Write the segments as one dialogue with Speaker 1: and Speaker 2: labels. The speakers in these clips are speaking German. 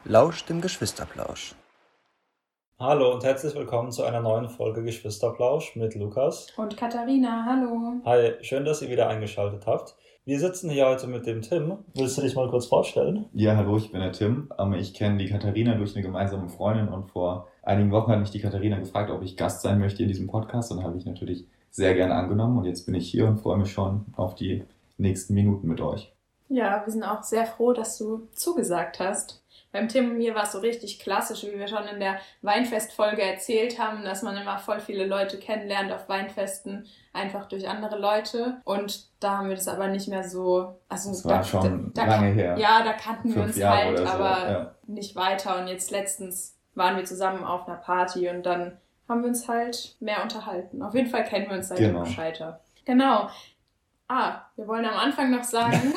Speaker 1: Lauscht dem Geschwisterplausch.
Speaker 2: Hallo und herzlich willkommen zu einer neuen Folge Geschwisterplausch mit Lukas.
Speaker 3: Und Katharina, hallo.
Speaker 2: Hi, schön, dass ihr wieder eingeschaltet habt. Wir sitzen hier heute mit dem Tim. Willst du dich mal kurz vorstellen?
Speaker 4: Ja, hallo, ich bin der Tim. Ich kenne die Katharina durch eine gemeinsame Freundin und vor einigen Wochen hat mich die Katharina gefragt, ob ich Gast sein möchte in diesem Podcast, und habe ich natürlich sehr gerne angenommen, und jetzt bin ich hier und freue mich schon auf die nächsten Minuten mit euch.
Speaker 3: Ja, wir sind auch sehr froh, dass du zugesagt hast. Beim Tim und mir war es so richtig klassisch, wie wir schon in der Weinfest-Folge erzählt haben, dass man immer voll viele Leute kennenlernt auf Weinfesten, einfach durch andere Leute. Und da haben wir das aber nicht mehr so... Also
Speaker 4: das war schon lange her.
Speaker 3: Ja, da kannten wir uns
Speaker 4: Jahre
Speaker 3: halt,
Speaker 4: oder so,
Speaker 3: aber
Speaker 4: ja.
Speaker 3: nicht weiter. Und jetzt letztens waren wir zusammen auf einer Party und dann haben wir uns halt mehr unterhalten. Auf jeden Fall kennen wir uns seitdem Bescheid. Genau. Wir wollen am Anfang noch sagen,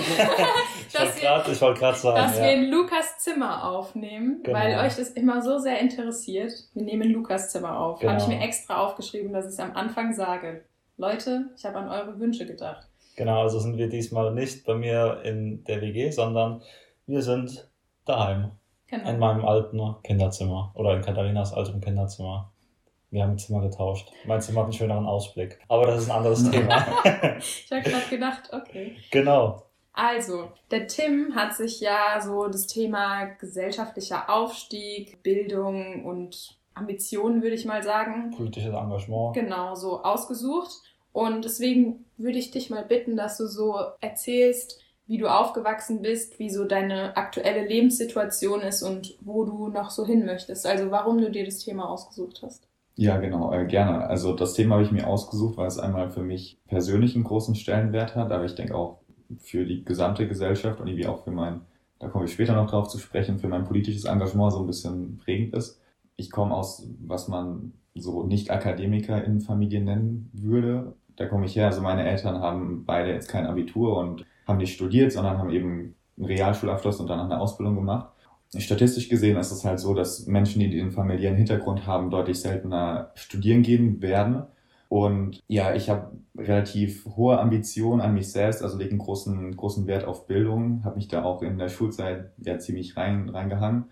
Speaker 2: ich wollte gerade sagen,
Speaker 3: dass wir in Lukas Zimmer aufnehmen, weil euch das immer so sehr interessiert. Wir nehmen in Lukas Zimmer auf. Habe ich mir extra aufgeschrieben, dass ich es am Anfang sage. Leute, ich habe an eure Wünsche gedacht.
Speaker 2: Genau, also sind wir diesmal nicht bei mir in der WG, sondern wir sind daheim. Genau. In meinem alten Kinderzimmer oder in Katharinas altem Kinderzimmer. Wir haben Zimmer getauscht. Mein Zimmer hat einen schöneren Ausblick. Aber das ist ein anderes Thema.
Speaker 3: Ich habe gerade gedacht, okay.
Speaker 2: Genau.
Speaker 3: Also, der Tim hat sich ja so das Thema gesellschaftlicher Aufstieg, Bildung und Ambitionen, würde ich mal sagen.
Speaker 2: Politisches Engagement.
Speaker 3: Genau, so ausgesucht. Und deswegen würde ich dich mal bitten, dass du so erzählst, wie du aufgewachsen bist, wie so deine aktuelle Lebenssituation ist und wo du noch so hin möchtest. Also, warum du dir das Thema ausgesucht hast.
Speaker 4: Ja, genau, gerne. Also das Thema habe ich mir ausgesucht, weil es einmal für mich persönlich einen großen Stellenwert hat, aber ich denke auch für die gesamte Gesellschaft und irgendwie auch für da komme ich später noch drauf zu sprechen, für mein politisches Engagement so ein bisschen prägend ist. Ich komme aus, was man so Nicht-AkademikerInnen-Familien nennen würde. Da komme ich her, also meine Eltern haben beide jetzt kein Abitur und haben nicht studiert, sondern haben eben einen Realschulabschluss und danach eine Ausbildung gemacht. Statistisch gesehen ist es halt so, dass Menschen, die den familiären Hintergrund haben, deutlich seltener studieren gehen werden. Und ja, ich habe relativ hohe Ambitionen an mich selbst, also lege einen großen Wert auf Bildung, habe mich da auch in der Schulzeit ja ziemlich reingehangen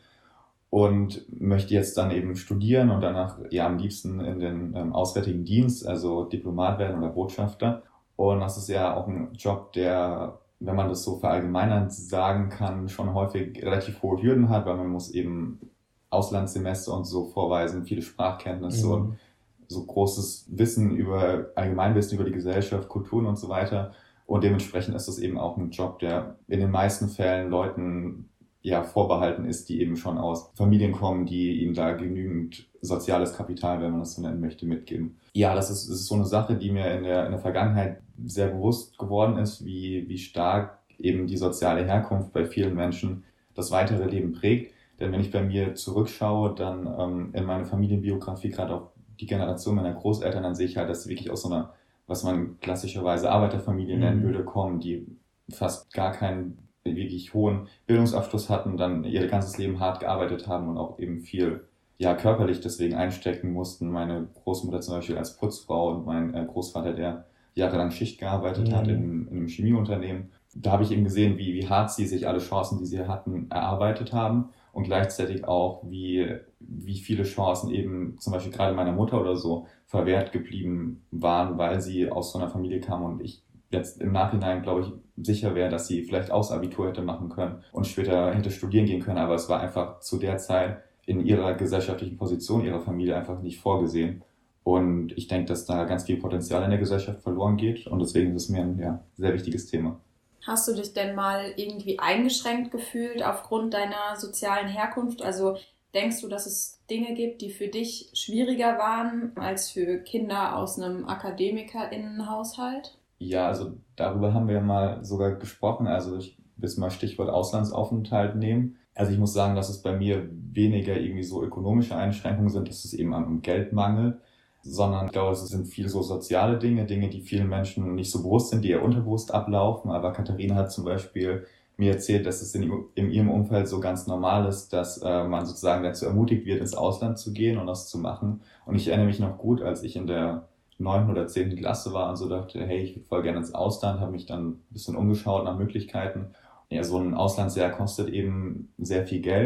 Speaker 4: und möchte jetzt dann eben studieren und danach ja am liebsten in den Auswärtigen Dienst, also Diplomat werden oder Botschafter. Und das ist ja auch ein Job, der, wenn man das so verallgemeinernd sagen kann, schon häufig relativ hohe Hürden hat, weil man muss eben Auslandssemester und so vorweisen, viele Sprachkenntnisse und so großes Allgemeinwissen über die Gesellschaft, Kulturen und so weiter. Und dementsprechend ist das eben auch ein Job, der in den meisten Fällen Leuten ja vorbehalten ist, die eben schon aus Familien kommen, die ihnen da genügend soziales Kapital, wenn man das so nennen möchte, mitgeben. Ja, das ist so eine Sache, die mir in der Vergangenheit sehr bewusst geworden ist, wie stark eben die soziale Herkunft bei vielen Menschen das weitere Leben prägt. Denn wenn ich bei mir zurückschaue, dann in meine Familienbiografie, gerade auf die Generation meiner Großeltern, dann sehe ich halt, dass sie wirklich aus so einer, was man klassischerweise Arbeiterfamilie nennen würde, kommen, die fast gar keinen wirklich hohen Bildungsabschluss hatten, dann ihr ganzes Leben hart gearbeitet haben und auch eben viel körperlich deswegen einstecken mussten. Meine Großmutter zum Beispiel als Putzfrau und mein Großvater, der jahrelang Schicht gearbeitet hat in einem Chemieunternehmen. Da habe ich eben gesehen, wie hart sie sich alle Chancen, die sie hatten, erarbeitet haben und gleichzeitig auch, wie viele Chancen eben zum Beispiel gerade meiner Mutter oder so verwehrt geblieben waren, weil sie aus so einer Familie kam und ich jetzt im Nachhinein, glaube ich, sicher wäre, dass sie vielleicht auch das Abitur hätte machen können und später hätte studieren gehen können, aber es war einfach zu der Zeit in ihrer gesellschaftlichen Position, ihrer Familie einfach nicht vorgesehen. Und ich denke, dass da ganz viel Potenzial in der Gesellschaft verloren geht und deswegen ist es mir ein sehr wichtiges Thema.
Speaker 3: Hast du dich denn mal irgendwie eingeschränkt gefühlt aufgrund deiner sozialen Herkunft? Also denkst du, dass es Dinge gibt, die für dich schwieriger waren als für Kinder aus einem AkademikerInnenhaushalt?
Speaker 4: Ja, also darüber haben wir ja mal sogar gesprochen. Also ich will mal Stichwort Auslandsaufenthalt nehmen. Also ich muss sagen, dass es bei mir weniger irgendwie so ökonomische Einschränkungen sind, dass es eben am Geld mangelt, sondern ich glaube, es sind viel so soziale Dinge, die vielen Menschen nicht so bewusst sind, die eher unterbewusst ablaufen. Aber Katharina hat zum Beispiel mir erzählt, dass es in ihrem Umfeld so ganz normal ist, dass man sozusagen dazu ermutigt wird, ins Ausland zu gehen und das zu machen. Und ich erinnere mich noch gut, als ich in der 9. oder 10. Klasse war und so dachte, hey, ich würde voll gerne ins Ausland, habe mich dann ein bisschen umgeschaut nach Möglichkeiten. Ja, so ein Auslandsjahr kostet eben sehr viel Geld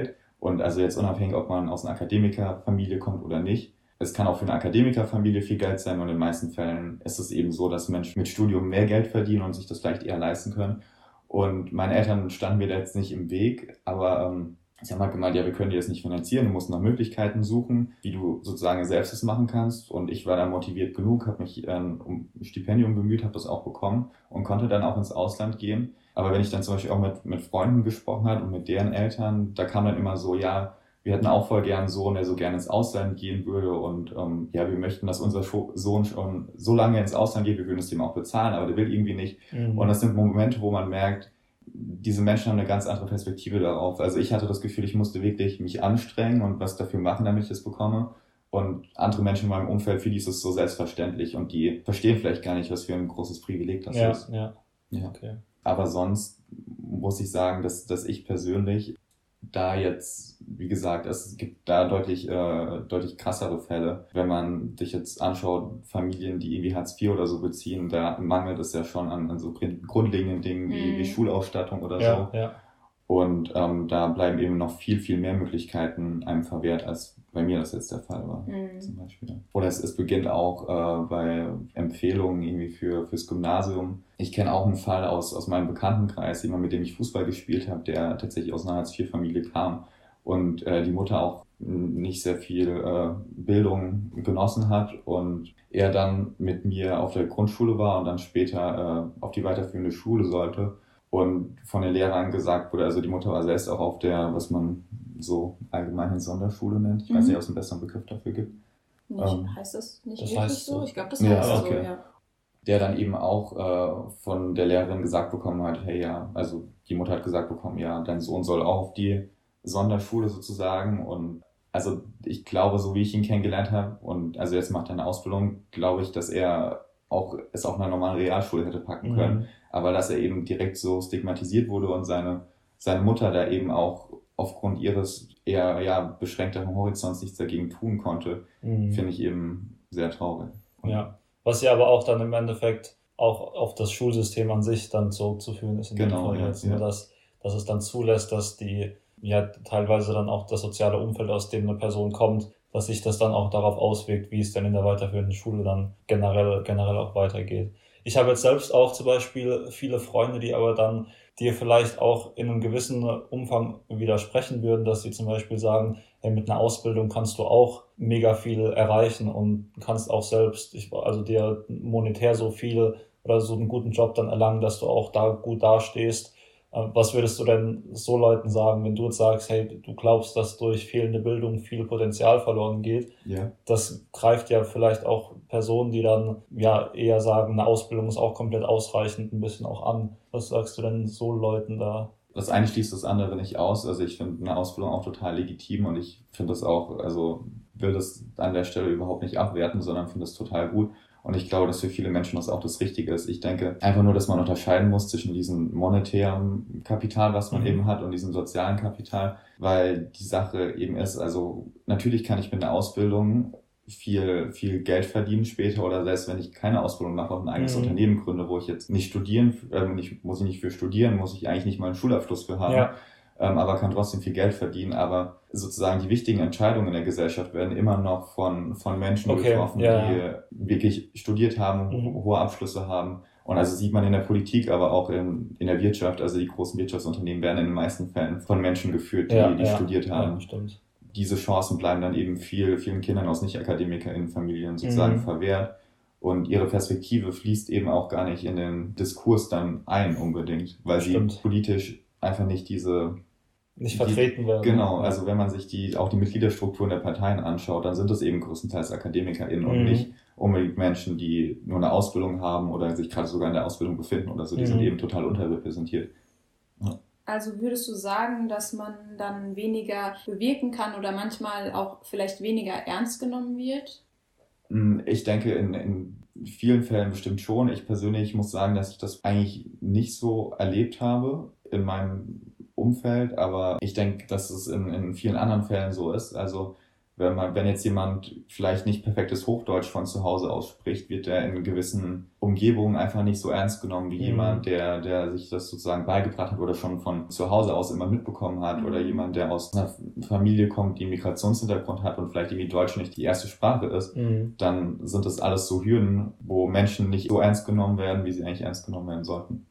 Speaker 4: Und also jetzt unabhängig, ob man aus einer Akademikerfamilie kommt oder nicht, es kann auch für eine Akademikerfamilie viel Geld sein und in den meisten Fällen ist es eben so, dass Menschen mit Studium mehr Geld verdienen und sich das vielleicht eher leisten können. Und meine Eltern standen mir da jetzt nicht im Weg, aber sie haben halt gemeint, ja, wir können dir das nicht finanzieren, du musst nach Möglichkeiten suchen, wie du sozusagen selbst das machen kannst. Und ich war da motiviert genug, habe mich um ein Stipendium bemüht, habe das auch bekommen und konnte dann auch ins Ausland gehen. Aber wenn ich dann zum Beispiel auch mit Freunden gesprochen habe und mit deren Eltern, da kam dann immer so, ja, wir hätten auch voll gern einen Sohn, der so gerne ins Ausland gehen würde und ja, wir möchten, dass unser Sohn schon so lange ins Ausland geht, wir würden es dem auch bezahlen, aber der will irgendwie nicht. Mhm. Und das sind Momente, wo man merkt, diese Menschen haben eine ganz andere Perspektive darauf. Also ich hatte das Gefühl, ich musste wirklich mich anstrengen und was dafür machen, damit ich das bekomme. Und andere Menschen in meinem Umfeld, für die ist es so selbstverständlich und die verstehen vielleicht gar nicht, was für ein großes Privileg das ist. Ja. Okay. Aber sonst muss ich sagen, dass ich persönlich da jetzt, wie gesagt, es gibt da deutlich krassere Fälle. Wenn man sich jetzt anschaut, Familien, die irgendwie Hartz IV oder so beziehen, da mangelt es ja schon an so grundlegenden Dingen wie Schulausstattung oder so. Ja. Und da bleiben eben noch viel, viel mehr Möglichkeiten einem verwehrt, als bei mir das jetzt der Fall war, zum Beispiel. Oder es beginnt auch bei Empfehlungen irgendwie fürs Gymnasium. Ich kenne auch einen Fall aus meinem Bekanntenkreis, jemand, mit dem ich Fußball gespielt habe, der tatsächlich aus einer Hartz-IV-Familie kam und die Mutter auch nicht sehr viel Bildung genossen hat und er dann mit mir auf der Grundschule war und dann später auf die weiterführende Schule sollte. Und von den Lehrern gesagt wurde, also die Mutter war selbst auch auf der, was man so allgemein Sonderschule nennt. Ich weiß nicht, ob es einen besseren Begriff dafür gibt.
Speaker 3: Heißt das nicht das wirklich so? Ich glaube, das heißt so, ja.
Speaker 4: Der dann eben auch von der Lehrerin gesagt bekommen hat, hey, ja, also die Mutter hat gesagt bekommen, ja, dein Sohn soll auch auf die Sonderschule sozusagen. Und also ich glaube, so wie ich ihn kennengelernt habe und also jetzt macht er eine Ausbildung, glaube ich, dass er es auch in einer normalen Realschule hätte packen können. Aber dass er eben direkt so stigmatisiert wurde und seine Mutter da eben auch aufgrund ihres eher beschränkteren Horizonts nichts dagegen tun konnte, finde ich eben sehr traurig.
Speaker 2: Ja, was ja aber auch dann im Endeffekt auch auf das Schulsystem an sich dann zurückzuführen ist in dem Fall jetzt, nur dass es dann zulässt, dass die ja teilweise dann auch das soziale Umfeld, aus dem eine Person kommt, dass sich das dann auch darauf auswirkt, wie es dann in der weiterführenden Schule dann generell auch weitergeht. Ich habe jetzt selbst auch zum Beispiel viele Freunde, die aber dann dir vielleicht auch in einem gewissen Umfang widersprechen würden, dass sie zum Beispiel sagen, hey, mit einer Ausbildung kannst du auch mega viel erreichen und kannst auch selbst, also dir monetär so viel oder so einen guten Job dann erlangen, dass du auch da gut dastehst. Was würdest du denn so Leuten sagen, wenn du jetzt sagst, hey, du glaubst, dass durch fehlende Bildung viel Potenzial verloren geht? Ja. Das greift ja vielleicht auch Personen, die dann ja eher sagen, eine Ausbildung ist auch komplett ausreichend, ein bisschen auch an. Was sagst du denn so Leuten da?
Speaker 4: Das eine schließt das andere nicht aus. Also ich finde eine Ausbildung auch total legitim und ich finde das auch, also will das an der Stelle überhaupt nicht abwerten, sondern finde das total gut. Und ich glaube, dass für viele Menschen das auch das Richtige ist. Ich denke einfach nur, dass man unterscheiden muss zwischen diesem monetären Kapital, was man eben hat, und diesem sozialen Kapital, weil die Sache eben ist, also natürlich kann ich mit einer Ausbildung viel Geld verdienen später oder selbst wenn ich keine Ausbildung mache und ein eigenes Unternehmen gründe, wo ich jetzt nicht muss ich nicht für studieren, muss ich eigentlich nicht mal einen Schulabschluss für haben. Ja. Aber kann trotzdem viel Geld verdienen. Aber sozusagen die wichtigen Entscheidungen in der Gesellschaft werden immer noch von Menschen getroffen, die wirklich studiert haben, hohe Abschlüsse haben. Und also sieht man in der Politik, aber auch in der Wirtschaft, also die großen Wirtschaftsunternehmen werden in den meisten Fällen von Menschen geführt, die studiert haben. Ja, diese Chancen bleiben dann eben vielen Kindern aus Nicht-AkademikerInnen-Familien sozusagen verwehrt. Und ihre Perspektive fließt eben auch gar nicht in den Diskurs dann ein unbedingt, weil sie politisch einfach nicht
Speaker 2: vertreten werden.
Speaker 4: Genau, also wenn man sich auch die Mitgliederstrukturen der Parteien anschaut, dann sind das eben größtenteils AkademikerInnen und nicht unbedingt Menschen, die nur eine Ausbildung haben oder sich gerade sogar in der Ausbildung befinden oder so, die sind eben total unterrepräsentiert.
Speaker 3: Ja. Also würdest du sagen, dass man dann weniger bewirken kann oder manchmal auch vielleicht weniger ernst genommen wird?
Speaker 4: Ich denke, in vielen Fällen bestimmt schon. Ich persönlich muss sagen, dass ich das eigentlich nicht so erlebt habe in meinem Umfeld, aber ich denke, dass es in vielen anderen Fällen so ist. Also Wenn jetzt jemand vielleicht nicht perfektes Hochdeutsch von zu Hause aus spricht, wird er in gewissen Umgebungen einfach nicht so ernst genommen wie jemand, der sich das sozusagen beigebracht hat oder schon von zu Hause aus immer mitbekommen hat, oder jemand, der aus einer Familie kommt, die einen Migrationshintergrund hat und vielleicht irgendwie Deutsch nicht die erste Sprache ist. Dann sind das alles so Hürden, wo Menschen nicht so ernst genommen werden, wie sie eigentlich ernst genommen werden sollten.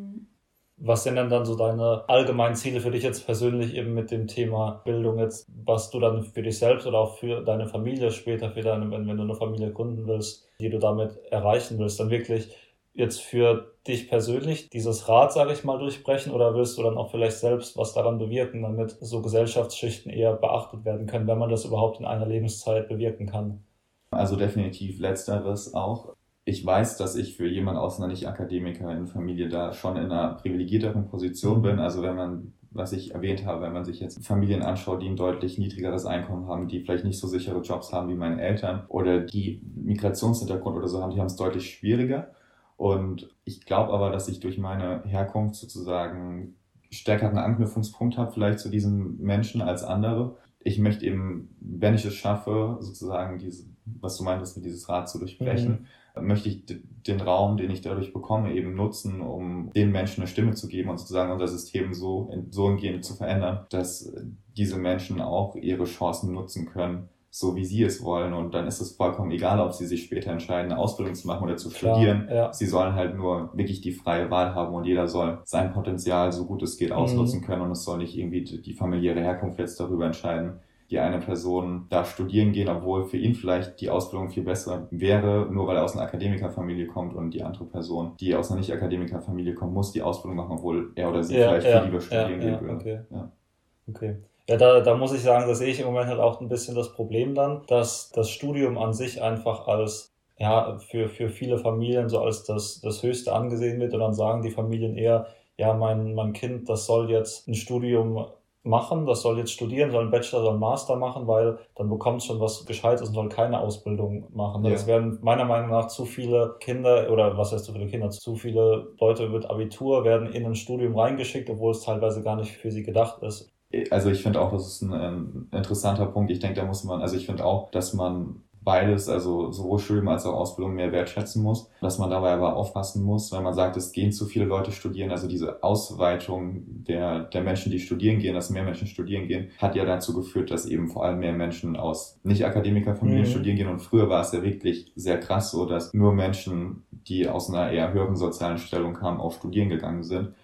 Speaker 2: Was sind denn dann so deine allgemeinen Ziele für dich jetzt persönlich eben mit dem Thema Bildung jetzt, was du dann für dich selbst oder auch für deine Familie später, wenn du eine Familie gründen willst, die du damit erreichen willst, dann wirklich jetzt für dich persönlich dieses Rad, sage ich mal, durchbrechen, oder willst du dann auch vielleicht selbst was daran bewirken, damit so Gesellschaftsschichten eher beachtet werden können, wenn man das überhaupt in einer Lebenszeit bewirken kann?
Speaker 4: Also definitiv Letzteres auch. Ich weiß, dass ich für jemanden aus einer Nicht-Akademikerin-Familie da schon in einer privilegierteren Position bin. Also wenn man, was ich erwähnt habe, wenn man sich jetzt Familien anschaut, die ein deutlich niedrigeres Einkommen haben, die vielleicht nicht so sichere Jobs haben wie meine Eltern oder die Migrationshintergrund oder so haben, die haben es deutlich schwieriger. Und ich glaube aber, dass ich durch meine Herkunft sozusagen stärkeren Anknüpfungspunkt habe vielleicht zu diesen Menschen als andere. Ich möchte eben, wenn ich es schaffe, sozusagen was du meintest, mit dieses Rad zu durchbrechen, möchte ich den Raum, den ich dadurch bekomme, eben nutzen, um den Menschen eine Stimme zu geben und sozusagen unser System so hingehend zu verändern, dass diese Menschen auch ihre Chancen nutzen können, so wie sie es wollen. Und dann ist es vollkommen egal, ob sie sich später entscheiden, eine Ausbildung zu machen oder zu studieren. Ja. Sie sollen halt nur wirklich die freie Wahl haben und jeder soll sein Potenzial, so gut es geht, ausnutzen können, und es soll nicht irgendwie die familiäre Herkunft jetzt darüber entscheiden, die eine Person da studieren gehen, obwohl für ihn vielleicht die Ausbildung viel besser wäre, nur weil er aus einer Akademikerfamilie kommt, und die andere Person, die aus einer Nicht-Akademikerfamilie kommt, muss die Ausbildung machen, obwohl er oder sie vielleicht viel lieber studieren gehen würde.
Speaker 2: Okay. Ja, da muss ich sagen, da sehe ich im Moment halt auch ein bisschen das Problem dann, dass das Studium an sich einfach als, für viele Familien so als das Höchste angesehen wird, und dann sagen die Familien eher, mein Kind, das soll jetzt ein Studium machen, das soll jetzt studieren, soll einen Bachelor, soll einen Master machen, weil dann bekommt es schon was Gescheites und soll keine Ausbildung machen. Es werden meiner Meinung nach zu viele Kinder, oder was heißt zu viele Kinder, zu viele Leute mit Abitur werden in ein Studium reingeschickt, obwohl es teilweise gar nicht für sie gedacht ist.
Speaker 4: Also ich finde auch, das ist ein interessanter Punkt. Ich denke, ich finde auch, dass man beides, also sowohl Studium als auch Ausbildung, mehr wertschätzen muss, dass man dabei aber aufpassen muss, wenn man sagt, es gehen zu viele Leute studieren, also diese Ausweitung der Menschen, die studieren gehen, dass mehr Menschen studieren gehen, hat ja dazu geführt, dass eben vor allem mehr Menschen aus Nicht-Akademikerfamilien studieren gehen, und früher war es ja wirklich sehr krass so, dass nur Menschen, die aus einer eher höheren sozialen Stellung kamen, auch studieren gegangen sind.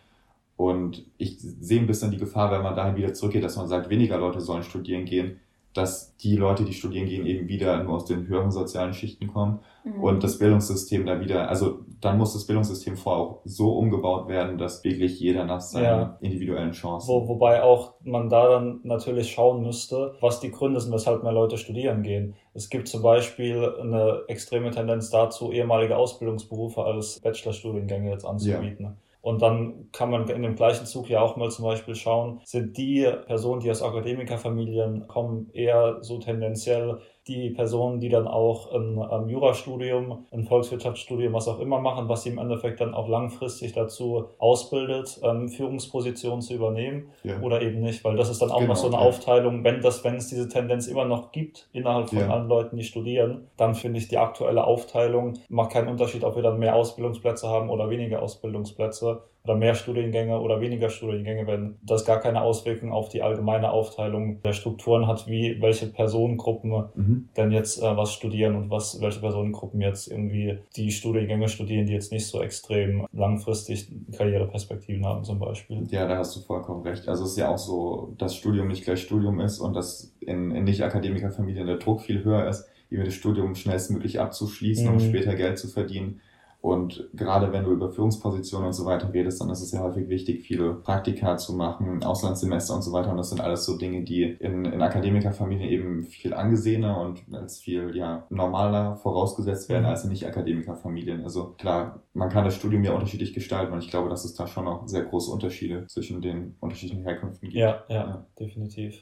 Speaker 4: Und ich sehe ein bisschen die Gefahr, wenn man dahin wieder zurückgeht, dass man sagt, weniger Leute sollen studieren gehen, dass die Leute, die studieren gehen, eben wieder nur aus den höheren sozialen Schichten kommen und das Bildungssystem dann muss das Bildungssystem vorher auch so umgebaut werden, dass wirklich jeder nach seinen individuellen Chancen.
Speaker 2: Wobei auch man da dann natürlich schauen müsste, was die Gründe sind, weshalb mehr Leute studieren gehen. Es gibt zum Beispiel eine extreme Tendenz dazu, ehemalige Ausbildungsberufe als Bachelorstudiengänge jetzt anzubieten. Ja. Und dann kann man in dem gleichen Zug ja auch mal zum Beispiel schauen, sind die Personen, die aus Akademikerfamilien kommen, eher so tendenziell die Personen, die dann auch ein Jurastudium, ein Volkswirtschaftsstudium, was auch immer machen, was sie im Endeffekt dann auch langfristig dazu ausbildet, Führungspositionen zu übernehmen oder eben nicht, weil das ist dann auch noch so eine Aufteilung, wenn es diese Tendenz immer noch gibt innerhalb von allen Leuten, die studieren, dann finde ich die aktuelle Aufteilung macht keinen Unterschied, ob wir dann mehr Ausbildungsplätze haben oder weniger Ausbildungsplätze oder mehr Studiengänge oder weniger Studiengänge, wenn das gar keine Auswirkung auf die allgemeine Aufteilung der Strukturen hat, wie welche Personengruppen denn jetzt was studieren und welche Personengruppen jetzt irgendwie die Studiengänge studieren, die jetzt nicht so extrem langfristig Karriereperspektiven haben zum Beispiel.
Speaker 4: Ja, da hast du vollkommen recht. Also es ist ja auch so, dass Studium nicht gleich Studium ist und dass in Nicht-Akademikerfamilien der Druck viel höher ist, über das Studium schnellstmöglich abzuschließen, um später Geld zu verdienen. Und gerade wenn du über Führungspositionen und so weiter redest, dann ist es ja häufig wichtig, viele Praktika zu machen, Auslandssemester und so weiter. Und das sind alles so Dinge, die in Akademikerfamilien eben viel angesehener und als viel normaler vorausgesetzt werden als in Nicht-Akademikerfamilien. Also klar, man kann das Studium ja unterschiedlich gestalten, und ich glaube, dass es da schon auch sehr große Unterschiede zwischen den unterschiedlichen Herkünften gibt.
Speaker 2: Ja, definitiv.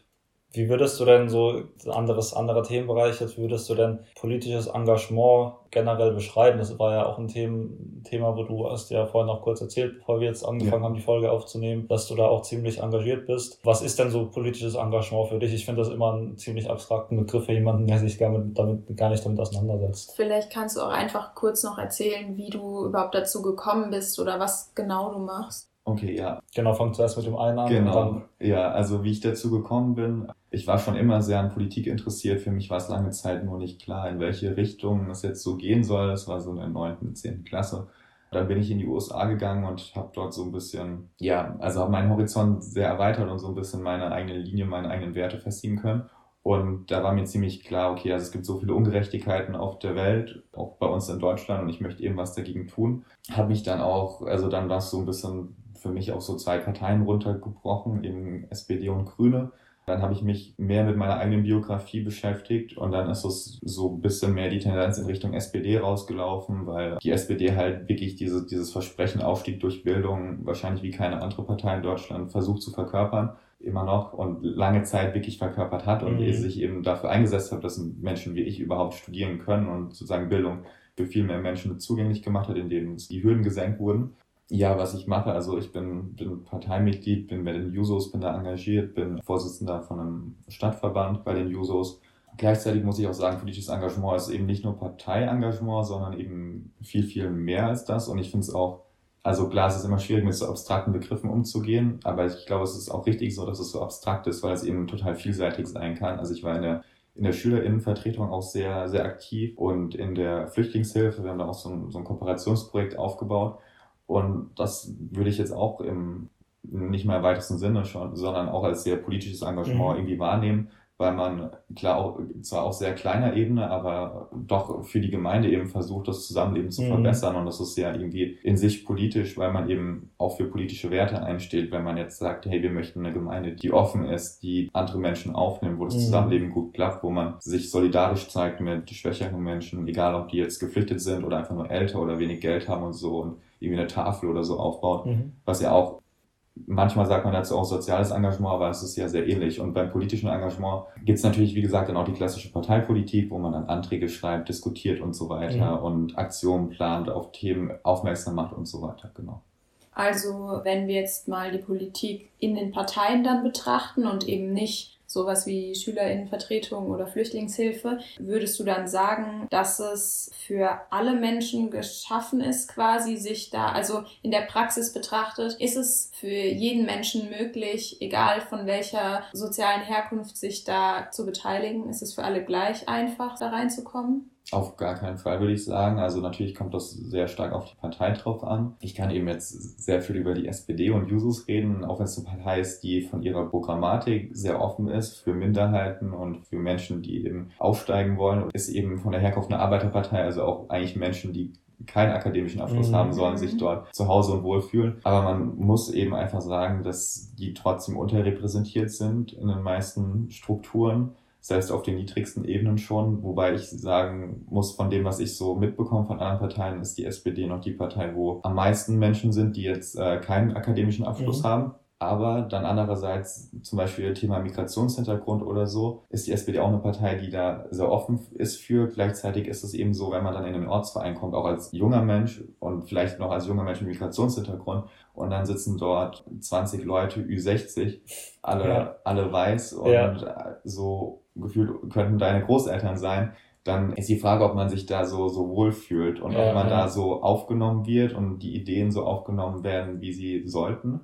Speaker 2: Wie würdest du denn so, anderer Themenbereich, jetzt wie würdest du denn politisches Engagement generell beschreiben? Das war ja auch ein Thema, wo du hast ja vorhin noch kurz erzählt, bevor wir jetzt angefangen haben, die Folge aufzunehmen, dass du da auch ziemlich engagiert bist. Was ist denn so politisches Engagement für dich? Ich finde das immer einen ziemlich abstrakten Begriff für jemanden, der sich gar nicht damit auseinandersetzt.
Speaker 3: Vielleicht kannst du auch einfach kurz noch erzählen, wie du überhaupt dazu gekommen bist oder was genau du machst.
Speaker 4: Okay, ja.
Speaker 2: Genau, fang zuerst mit dem einen an.
Speaker 4: Genau, ja, also wie ich dazu gekommen bin, ich war schon immer sehr an Politik interessiert. Für mich war es lange Zeit nur nicht klar, in welche Richtung es jetzt so gehen soll. Das war so in der 9., 10. Klasse. Dann bin ich in die USA gegangen und habe dort so ein bisschen, also habe meinen Horizont sehr erweitert und so ein bisschen meine eigene Linie, meine eigenen Werte festigen können. Und da war mir ziemlich klar, okay, also es gibt so viele Ungerechtigkeiten auf der Welt, auch bei uns in Deutschland, und ich möchte eben was dagegen tun. Habe mich dann auch, also dann war es so ein bisschen für mich auch so 2 Parteien runtergebrochen, eben SPD und Grüne. Dann habe ich mich mehr mit meiner eigenen Biografie beschäftigt und dann ist es so ein bisschen mehr die Tendenz in Richtung SPD rausgelaufen, weil die SPD halt wirklich dieses Versprechen Aufstieg durch Bildung wahrscheinlich wie keine andere Partei in Deutschland versucht zu verkörpern, immer noch, und lange Zeit wirklich verkörpert hat und sich eben dafür eingesetzt hat, dass Menschen wie ich überhaupt studieren können und sozusagen Bildung für viel mehr Menschen zugänglich gemacht hat, indem die Hürden gesenkt wurden. Ja, was ich mache, also ich bin Parteimitglied, bin bei den Jusos, bin da engagiert, bin Vorsitzender von einem Stadtverband bei den Jusos. Gleichzeitig muss ich auch sagen, politisches Engagement ist eben nicht nur Parteiengagement, sondern eben viel, viel mehr als das. Und ich finde es auch, also klar, es ist immer schwierig, mit so abstrakten Begriffen umzugehen, aber ich glaube, es ist auch richtig so, dass es so abstrakt ist, weil es eben total vielseitig sein kann. Also ich war in der SchülerInnenvertretung auch sehr, sehr aktiv und in der Flüchtlingshilfe, wir haben da auch so ein Kooperationsprojekt aufgebaut. Und das würde ich jetzt auch nicht mal im weitesten Sinne schon, sondern auch als sehr politisches Engagement irgendwie wahrnehmen, weil man klar auch, zwar auf sehr kleiner Ebene, aber doch für die Gemeinde eben versucht, das Zusammenleben zu verbessern. Und das ist ja irgendwie in sich politisch, weil man eben auch für politische Werte einsteht, wenn man jetzt sagt, hey, wir möchten eine Gemeinde, die offen ist, die andere Menschen aufnimmt, wo das Zusammenleben gut klappt, wo man sich solidarisch zeigt mit schwächeren Menschen, egal ob die jetzt geflüchtet sind oder einfach nur älter oder wenig Geld haben und so, und irgendwie eine Tafel oder so aufbaut, was ja auch, manchmal sagt man dazu auch soziales Engagement, aber es ist ja sehr ähnlich. Und beim politischen Engagement gibt es natürlich, wie gesagt, dann auch die klassische Parteipolitik, wo man dann Anträge schreibt, diskutiert und so weiter und Aktionen plant, auf Themen aufmerksam macht und so weiter, genau.
Speaker 3: Also wenn wir jetzt mal die Politik in den Parteien dann betrachten und eben nicht sowas wie SchülerInnenvertretung oder Flüchtlingshilfe, würdest du dann sagen, dass es für alle Menschen geschaffen ist, quasi sich da, also in der Praxis betrachtet, ist es für jeden Menschen möglich, egal von welcher sozialen Herkunft, sich da zu beteiligen? Ist es für alle gleich einfach, da reinzukommen?
Speaker 4: Auf gar keinen Fall, würde ich sagen. Also natürlich kommt das sehr stark auf die Partei drauf an. Ich kann eben jetzt sehr viel über die SPD und Jusos reden, auch wenn es eine Partei ist, die von ihrer Programmatik sehr offen ist für Minderheiten und für Menschen, die eben aufsteigen wollen. Ist eben von der Herkunft eine Arbeiterpartei, also auch eigentlich Menschen, die keinen akademischen Abschluss haben sollen, sich dort zu Hause und wohlfühlen. Aber man muss eben einfach sagen, dass die trotzdem unterrepräsentiert sind in den meisten Strukturen. Selbst auf den niedrigsten Ebenen schon, wobei ich sagen muss, von dem, was ich so mitbekomme von anderen Parteien, ist die SPD noch die Partei, wo am meisten Menschen sind, die jetzt keinen akademischen Abschluss haben. Aber dann andererseits, zum Beispiel Thema Migrationshintergrund oder so, ist die SPD auch eine Partei, die da sehr offen ist für. Gleichzeitig ist es eben so, wenn man dann in den Ortsverein kommt, auch als junger Mensch und vielleicht noch als junger Mensch mit Migrationshintergrund, und dann sitzen dort 20 Leute, Ü60, alle weiß und so gefühlt könnten deine Großeltern sein, dann ist die Frage, ob man sich da so wohlfühlt und ob man da so aufgenommen wird und die Ideen so aufgenommen werden, wie sie sollten.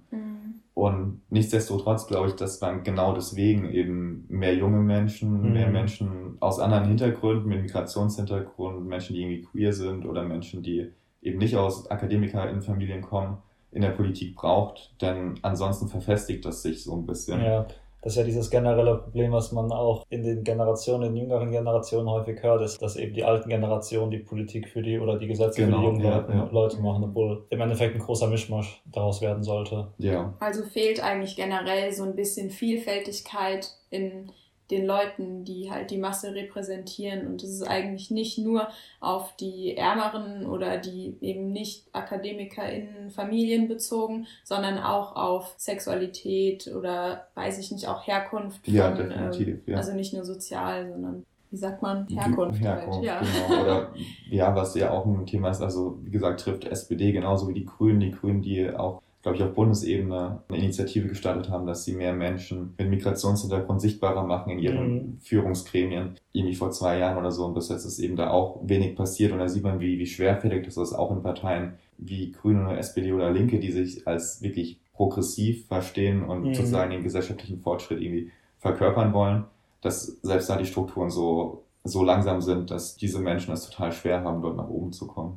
Speaker 4: Und nichtsdestotrotz glaube ich, dass man genau deswegen eben mehr junge Menschen, mehr Menschen aus anderen Hintergründen, mit Migrationshintergrund, Menschen, die irgendwie queer sind oder Menschen, die eben nicht aus AkademikerInnenfamilien kommen, in der Politik braucht, denn ansonsten verfestigt das sich so ein bisschen.
Speaker 2: Ja, das ist ja dieses generelle Problem, was man auch in den jüngeren Generationen häufig hört, ist, dass eben die alten Generationen die Politik für die oder die Gesetze für die jungen Leute machen, obwohl im Endeffekt ein großer Mischmasch daraus werden sollte.
Speaker 4: Ja.
Speaker 3: Also fehlt eigentlich generell so ein bisschen Vielfältigkeit in den Leuten, die halt die Masse repräsentieren. Und es ist eigentlich nicht nur auf die Ärmeren oder die eben nicht AkademikerInnen Familien bezogen, sondern auch auf Sexualität oder, weiß ich nicht, auch Herkunft.
Speaker 4: Ja, definitiv. Ja.
Speaker 3: Also nicht nur sozial, sondern, wie sagt man, Herkunft halt. Ja.
Speaker 4: Genau. Oder ja, was ja auch ein Thema ist, also wie gesagt, trifft SPD genauso wie die Grünen, die auch, glaube ich, auf Bundesebene eine Initiative gestartet haben, dass sie mehr Menschen mit Migrationshintergrund sichtbarer machen in ihren Führungsgremien. Irgendwie vor 2 Jahren oder so. Und bis jetzt ist eben da auch wenig passiert. Und da sieht man, wie schwerfällig das ist, auch in Parteien wie Grüne oder SPD oder Linke, die sich als wirklich progressiv verstehen und sozusagen den gesellschaftlichen Fortschritt irgendwie verkörpern wollen, dass selbst da die Strukturen so langsam sind, dass diese Menschen es total schwer haben, dort nach oben zu kommen.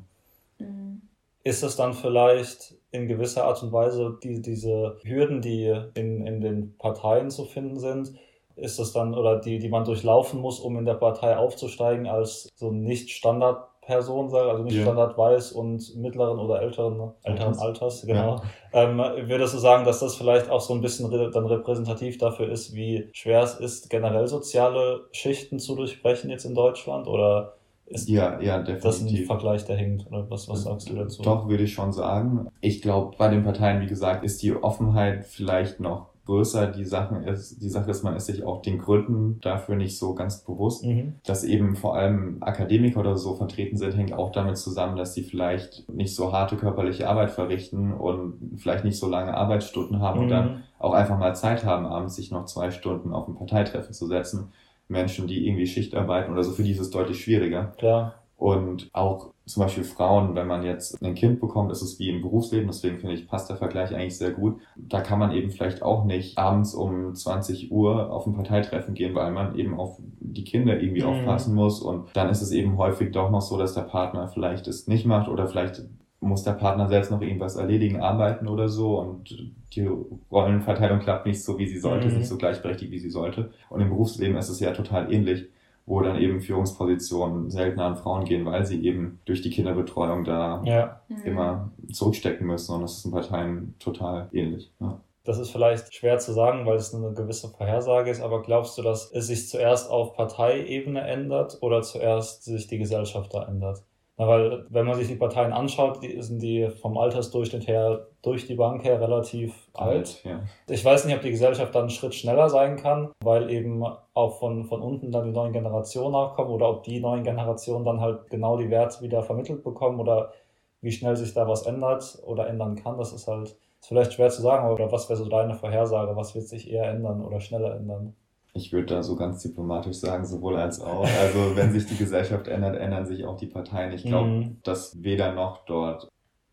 Speaker 2: Ist es dann vielleicht in gewisser Art und Weise diese Hürden, die in den Parteien zu finden sind, ist das dann, oder die man durchlaufen muss, um in der Partei aufzusteigen als so nicht Standardperson, also nicht standardweiß und mittleren oder älteren Alters, genau. Würdest du sagen, dass das vielleicht auch so ein bisschen dann repräsentativ dafür ist, wie schwer es ist, generell soziale Schichten zu durchbrechen jetzt in Deutschland, oder ist
Speaker 4: definitiv.
Speaker 2: Das ein Vergleich, der hinkt? Oder was sagst du dazu?
Speaker 4: Doch, würde ich schon sagen. Ich glaube, bei den Parteien, wie gesagt, ist die Offenheit vielleicht noch größer. Die Sache ist, man ist sich auch den Gründen dafür nicht so ganz bewusst. Dass eben vor allem Akademiker oder so vertreten sind, hängt auch damit zusammen, dass sie vielleicht nicht so harte körperliche Arbeit verrichten und vielleicht nicht so lange Arbeitsstunden haben und dann auch einfach mal Zeit haben, abends sich noch 2 Stunden auf ein Parteitreffen zu setzen. Menschen, die irgendwie Schicht arbeiten oder so, für die ist es deutlich schwieriger.
Speaker 2: Klar.
Speaker 4: Und auch zum Beispiel Frauen, wenn man jetzt ein Kind bekommt, ist es wie im Berufsleben, deswegen finde ich, passt der Vergleich eigentlich sehr gut. Da kann man eben vielleicht auch nicht abends um 20 Uhr auf ein Parteitreffen gehen, weil man eben auf die Kinder irgendwie aufpassen muss, und dann ist es eben häufig doch noch so, dass der Partner vielleicht es nicht macht oder vielleicht muss der Partner selbst noch irgendwas erledigen, arbeiten oder so, und die Rollenverteilung klappt nicht so, wie sie sollte, ist nicht so gleichberechtigt, wie sie sollte. Und im Berufsleben ist es ja total ähnlich, wo dann eben Führungspositionen seltener an Frauen gehen, weil sie eben durch die Kinderbetreuung da immer zurückstecken müssen, und das ist in Parteien total ähnlich. Ja.
Speaker 2: Das ist vielleicht schwer zu sagen, weil es eine gewisse Vorhersage ist, aber glaubst du, dass es sich zuerst auf Parteiebene ändert oder zuerst sich die Gesellschaft da ändert? Na, weil, wenn man sich die Parteien anschaut, sind die vom Altersdurchschnitt her durch die Bank her relativ alt.
Speaker 4: Ja.
Speaker 2: Ich weiß nicht, ob die Gesellschaft dann einen Schritt schneller sein kann, weil eben auch von unten dann die neuen Generationen nachkommen, oder ob die neuen Generationen dann halt genau die Werte wieder vermittelt bekommen, oder wie schnell sich da was ändert oder ändern kann. Das ist vielleicht schwer zu sagen, aber was wäre so deine Vorhersage? Was wird sich eher ändern oder schneller ändern?
Speaker 4: Ich würde da so ganz diplomatisch sagen, sowohl als auch. Also wenn sich die Gesellschaft ändert, ändern sich auch die Parteien. Ich glaube, dass weder noch dort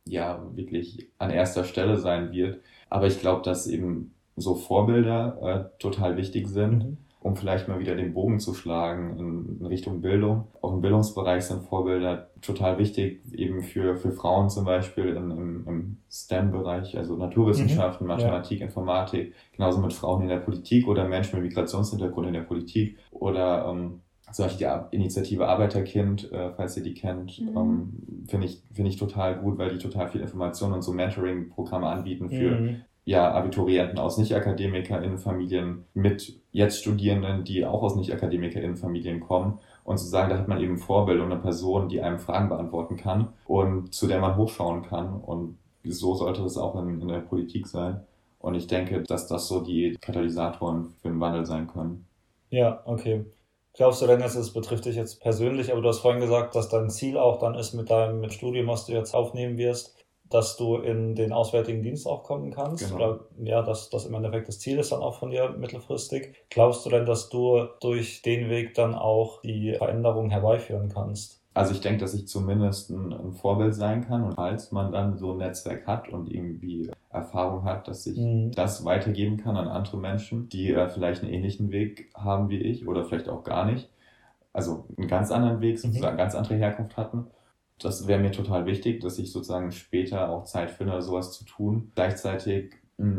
Speaker 4: wirklich an erster Stelle sein wird. Aber ich glaube, dass eben so Vorbilder total wichtig sind, um vielleicht mal wieder den Bogen zu schlagen in Richtung Bildung. Auch im Bildungsbereich sind Vorbilder total wichtig, eben für Frauen zum Beispiel im STEM-Bereich, also Naturwissenschaften, Mathematik, Informatik, genauso mit Frauen in der Politik oder Menschen mit Migrationshintergrund in der Politik, oder zum Beispiel die Initiative Arbeiterkind, falls ihr die kennt, finde ich total gut, weil die total viel Informationen und so Mentoring-Programme anbieten für Abiturienten aus Nicht-AkademikerInnen-Familien mit jetzt Studierenden, die auch aus Nicht-AkademikerInnen-Familien kommen, und zu sagen, da hat man eben ein Vorbild und eine Person, die einem Fragen beantworten kann und zu der man hochschauen kann, und so sollte es auch in der Politik sein, und ich denke, dass das so die Katalysatoren für den Wandel sein können.
Speaker 2: Ja, okay. Glaubst du denn, es betrifft dich jetzt persönlich, aber du hast vorhin gesagt, dass dein Ziel auch dann ist mit deinem Studium, was du jetzt aufnehmen wirst, dass du in den Auswärtigen Dienst auch kommen kannst,
Speaker 4: genau.
Speaker 2: Oder dass das im Endeffekt das Ziel ist dann auch von dir mittelfristig. Glaubst du denn, dass du durch den Weg dann auch die Veränderung herbeiführen kannst?
Speaker 4: Also ich denke, dass ich zumindest ein Vorbild sein kann, und falls man dann so ein Netzwerk hat und irgendwie Erfahrung hat, dass ich das weitergeben kann an andere Menschen, die vielleicht einen ähnlichen Weg haben wie ich oder vielleicht auch gar nicht, also einen ganz anderen Weg, sozusagen ganz andere Herkunft hatten. Das wäre mir total wichtig, dass ich sozusagen später auch Zeit finde, sowas zu tun. Gleichzeitig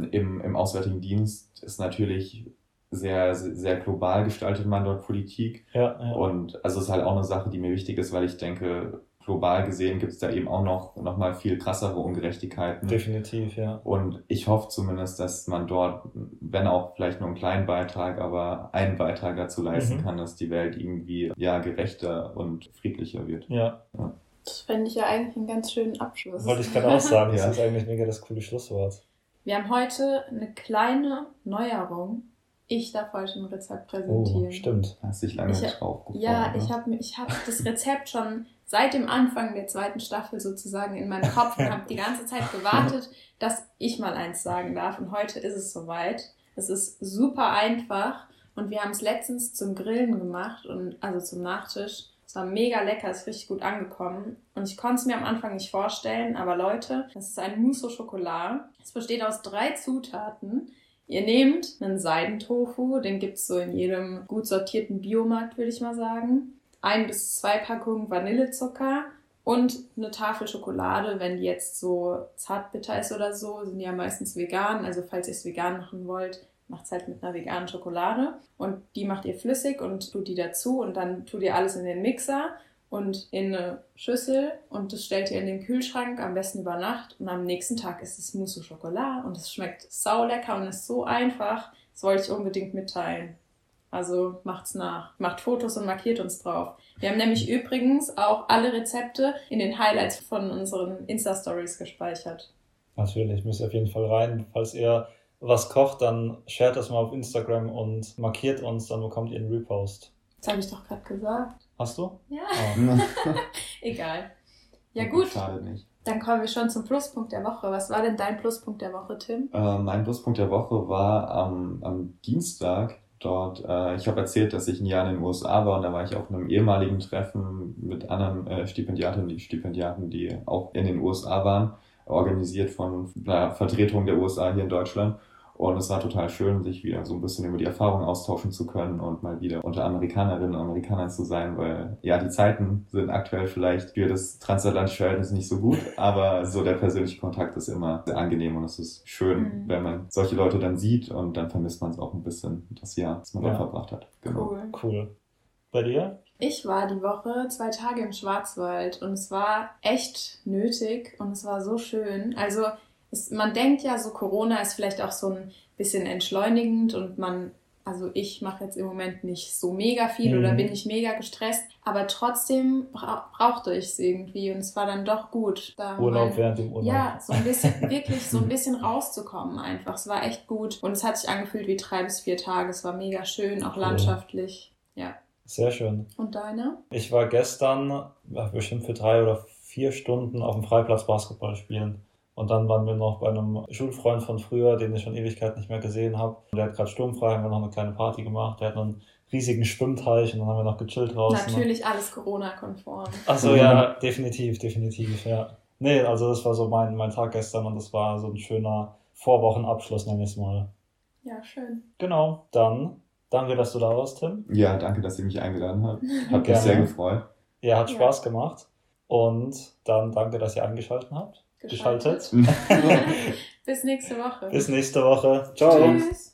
Speaker 4: im Auswärtigen Dienst ist natürlich sehr, sehr global gestaltet man dort Politik.
Speaker 2: Ja.
Speaker 4: Und also es ist halt auch eine Sache, die mir wichtig ist, weil ich denke, global gesehen gibt es da eben auch noch mal viel krassere Ungerechtigkeiten.
Speaker 2: Definitiv, ja.
Speaker 4: Und ich hoffe zumindest, dass man dort, wenn auch vielleicht nur einen kleinen Beitrag, aber einen Beitrag dazu leisten kann, dass die Welt irgendwie gerechter und friedlicher wird.
Speaker 2: Ja.
Speaker 3: Das fände ich ja eigentlich einen ganz schönen Abschluss.
Speaker 2: Wollte ich gerade auch sagen, das ist eigentlich mega das coole Schlusswort.
Speaker 3: Wir haben heute eine kleine Neuerung. Ich darf heute ein Rezept präsentieren.
Speaker 2: Oh, stimmt.
Speaker 4: Hast dich lange drauf gefreut.
Speaker 3: Ja, ich hab das Rezept schon seit dem Anfang der 2. Staffel sozusagen in meinem Kopf und habe die ganze Zeit gewartet, dass ich mal eins sagen darf. Und heute ist es soweit. Es ist super einfach und wir haben es letztens zum Grillen gemacht, also zum Nachtisch. Es war mega lecker, ist richtig gut angekommen. Und ich konnte es mir am Anfang nicht vorstellen, aber Leute, das ist ein Mousse au Chocolat. Es besteht aus 3 Zutaten. Ihr nehmt einen Seidentofu, den gibt's so in jedem gut sortierten Biomarkt, würde ich mal sagen. 1 bis 2 Packungen Vanillezucker und eine Tafel Schokolade, wenn die jetzt so zartbitter ist oder so, sind die ja meistens vegan. Also falls ihr es vegan machen wollt, macht es halt mit einer veganen Schokolade. Und die macht ihr flüssig und tut die dazu und dann tut ihr alles in den Mixer und in eine Schüssel und das stellt ihr in den Kühlschrank, am besten über Nacht. Und am nächsten Tag ist es Mousse au Chocolat und es schmeckt saulecker und ist so einfach. Das wollte ich unbedingt mitteilen. Also macht's nach. Macht Fotos und markiert uns drauf. Wir haben nämlich übrigens auch alle Rezepte in den Highlights von unseren Insta-Stories gespeichert.
Speaker 2: Natürlich, müsst ihr auf jeden Fall rein. Falls ihr was kocht, dann shared das mal auf Instagram und markiert uns, dann bekommt ihr einen Repost.
Speaker 3: Das habe ich doch gerade gesagt.
Speaker 2: Hast du?
Speaker 3: Ja.
Speaker 2: Oh.
Speaker 3: Egal. Ja gut,
Speaker 4: Schade nicht.
Speaker 3: dann kommen wir schon zum Pluspunkt der Woche. Was war denn dein Pluspunkt der Woche, Tim?
Speaker 4: Mein Pluspunkt der Woche war am Dienstag dort. Ich habe erzählt, dass ich ein Jahr in den USA war und da war ich auf einem ehemaligen Treffen mit anderen Stipendiaten, die auch in den USA waren, organisiert von einer Vertretung der USA hier in Deutschland. Und es war total schön, sich wieder so ein bisschen über die Erfahrungen austauschen zu können und mal wieder unter Amerikanerinnen und Amerikanern zu sein, weil ja, die Zeiten sind aktuell vielleicht für das transatlantische Verhältnis nicht so gut, aber so der persönliche Kontakt ist immer sehr angenehm und es ist schön, wenn man solche Leute dann sieht und dann vermisst man es auch ein bisschen, das Jahr, das man da verbracht hat. Genau.
Speaker 2: Cool. Bei dir?
Speaker 3: Ich war die Woche 2 Tage im Schwarzwald und es war echt nötig und es war so schön. Also man denkt ja so, Corona ist vielleicht auch so ein bisschen entschleunigend und ich mache jetzt im Moment nicht so mega viel oder bin nicht mega gestresst, aber trotzdem brauchte ich es irgendwie und es war dann doch gut.
Speaker 2: Urlaub während dem Urlaub.
Speaker 3: Ja, so ein bisschen, wirklich so ein bisschen rauszukommen einfach. Es war echt gut und es hat sich angefühlt wie 3 bis 4 Tage. Es war mega schön, auch landschaftlich. Ja.
Speaker 2: Sehr schön.
Speaker 3: Und deine?
Speaker 2: Ich war gestern bestimmt für 3 oder 4 Stunden auf dem Freiplatz Basketball spielen. Und dann waren wir noch bei einem Schulfreund von früher, den ich schon Ewigkeit nicht mehr gesehen habe. Der hat gerade sturmfrei, haben wir noch eine kleine Party gemacht. Der hat einen riesigen Schwimmteich und dann haben wir noch gechillt draußen.
Speaker 3: Natürlich alles Corona-konform.
Speaker 2: Achso, ja, definitiv, ja. Nee, also das war so mein Tag gestern und das war so ein schöner Vorwochenabschluss, nenne ich es mal.
Speaker 3: Ja, schön.
Speaker 2: Genau, dann danke, dass du da warst, Tim.
Speaker 4: Ja, danke, dass ihr mich eingeladen habt. Hat mich sehr gefreut.
Speaker 2: Ja, hat Spaß gemacht. Und dann danke, dass ihr eingeschaltet habt. Geschaltet.
Speaker 3: Bis nächste Woche.
Speaker 2: Bis nächste Woche. Ciao.
Speaker 3: Tschüss.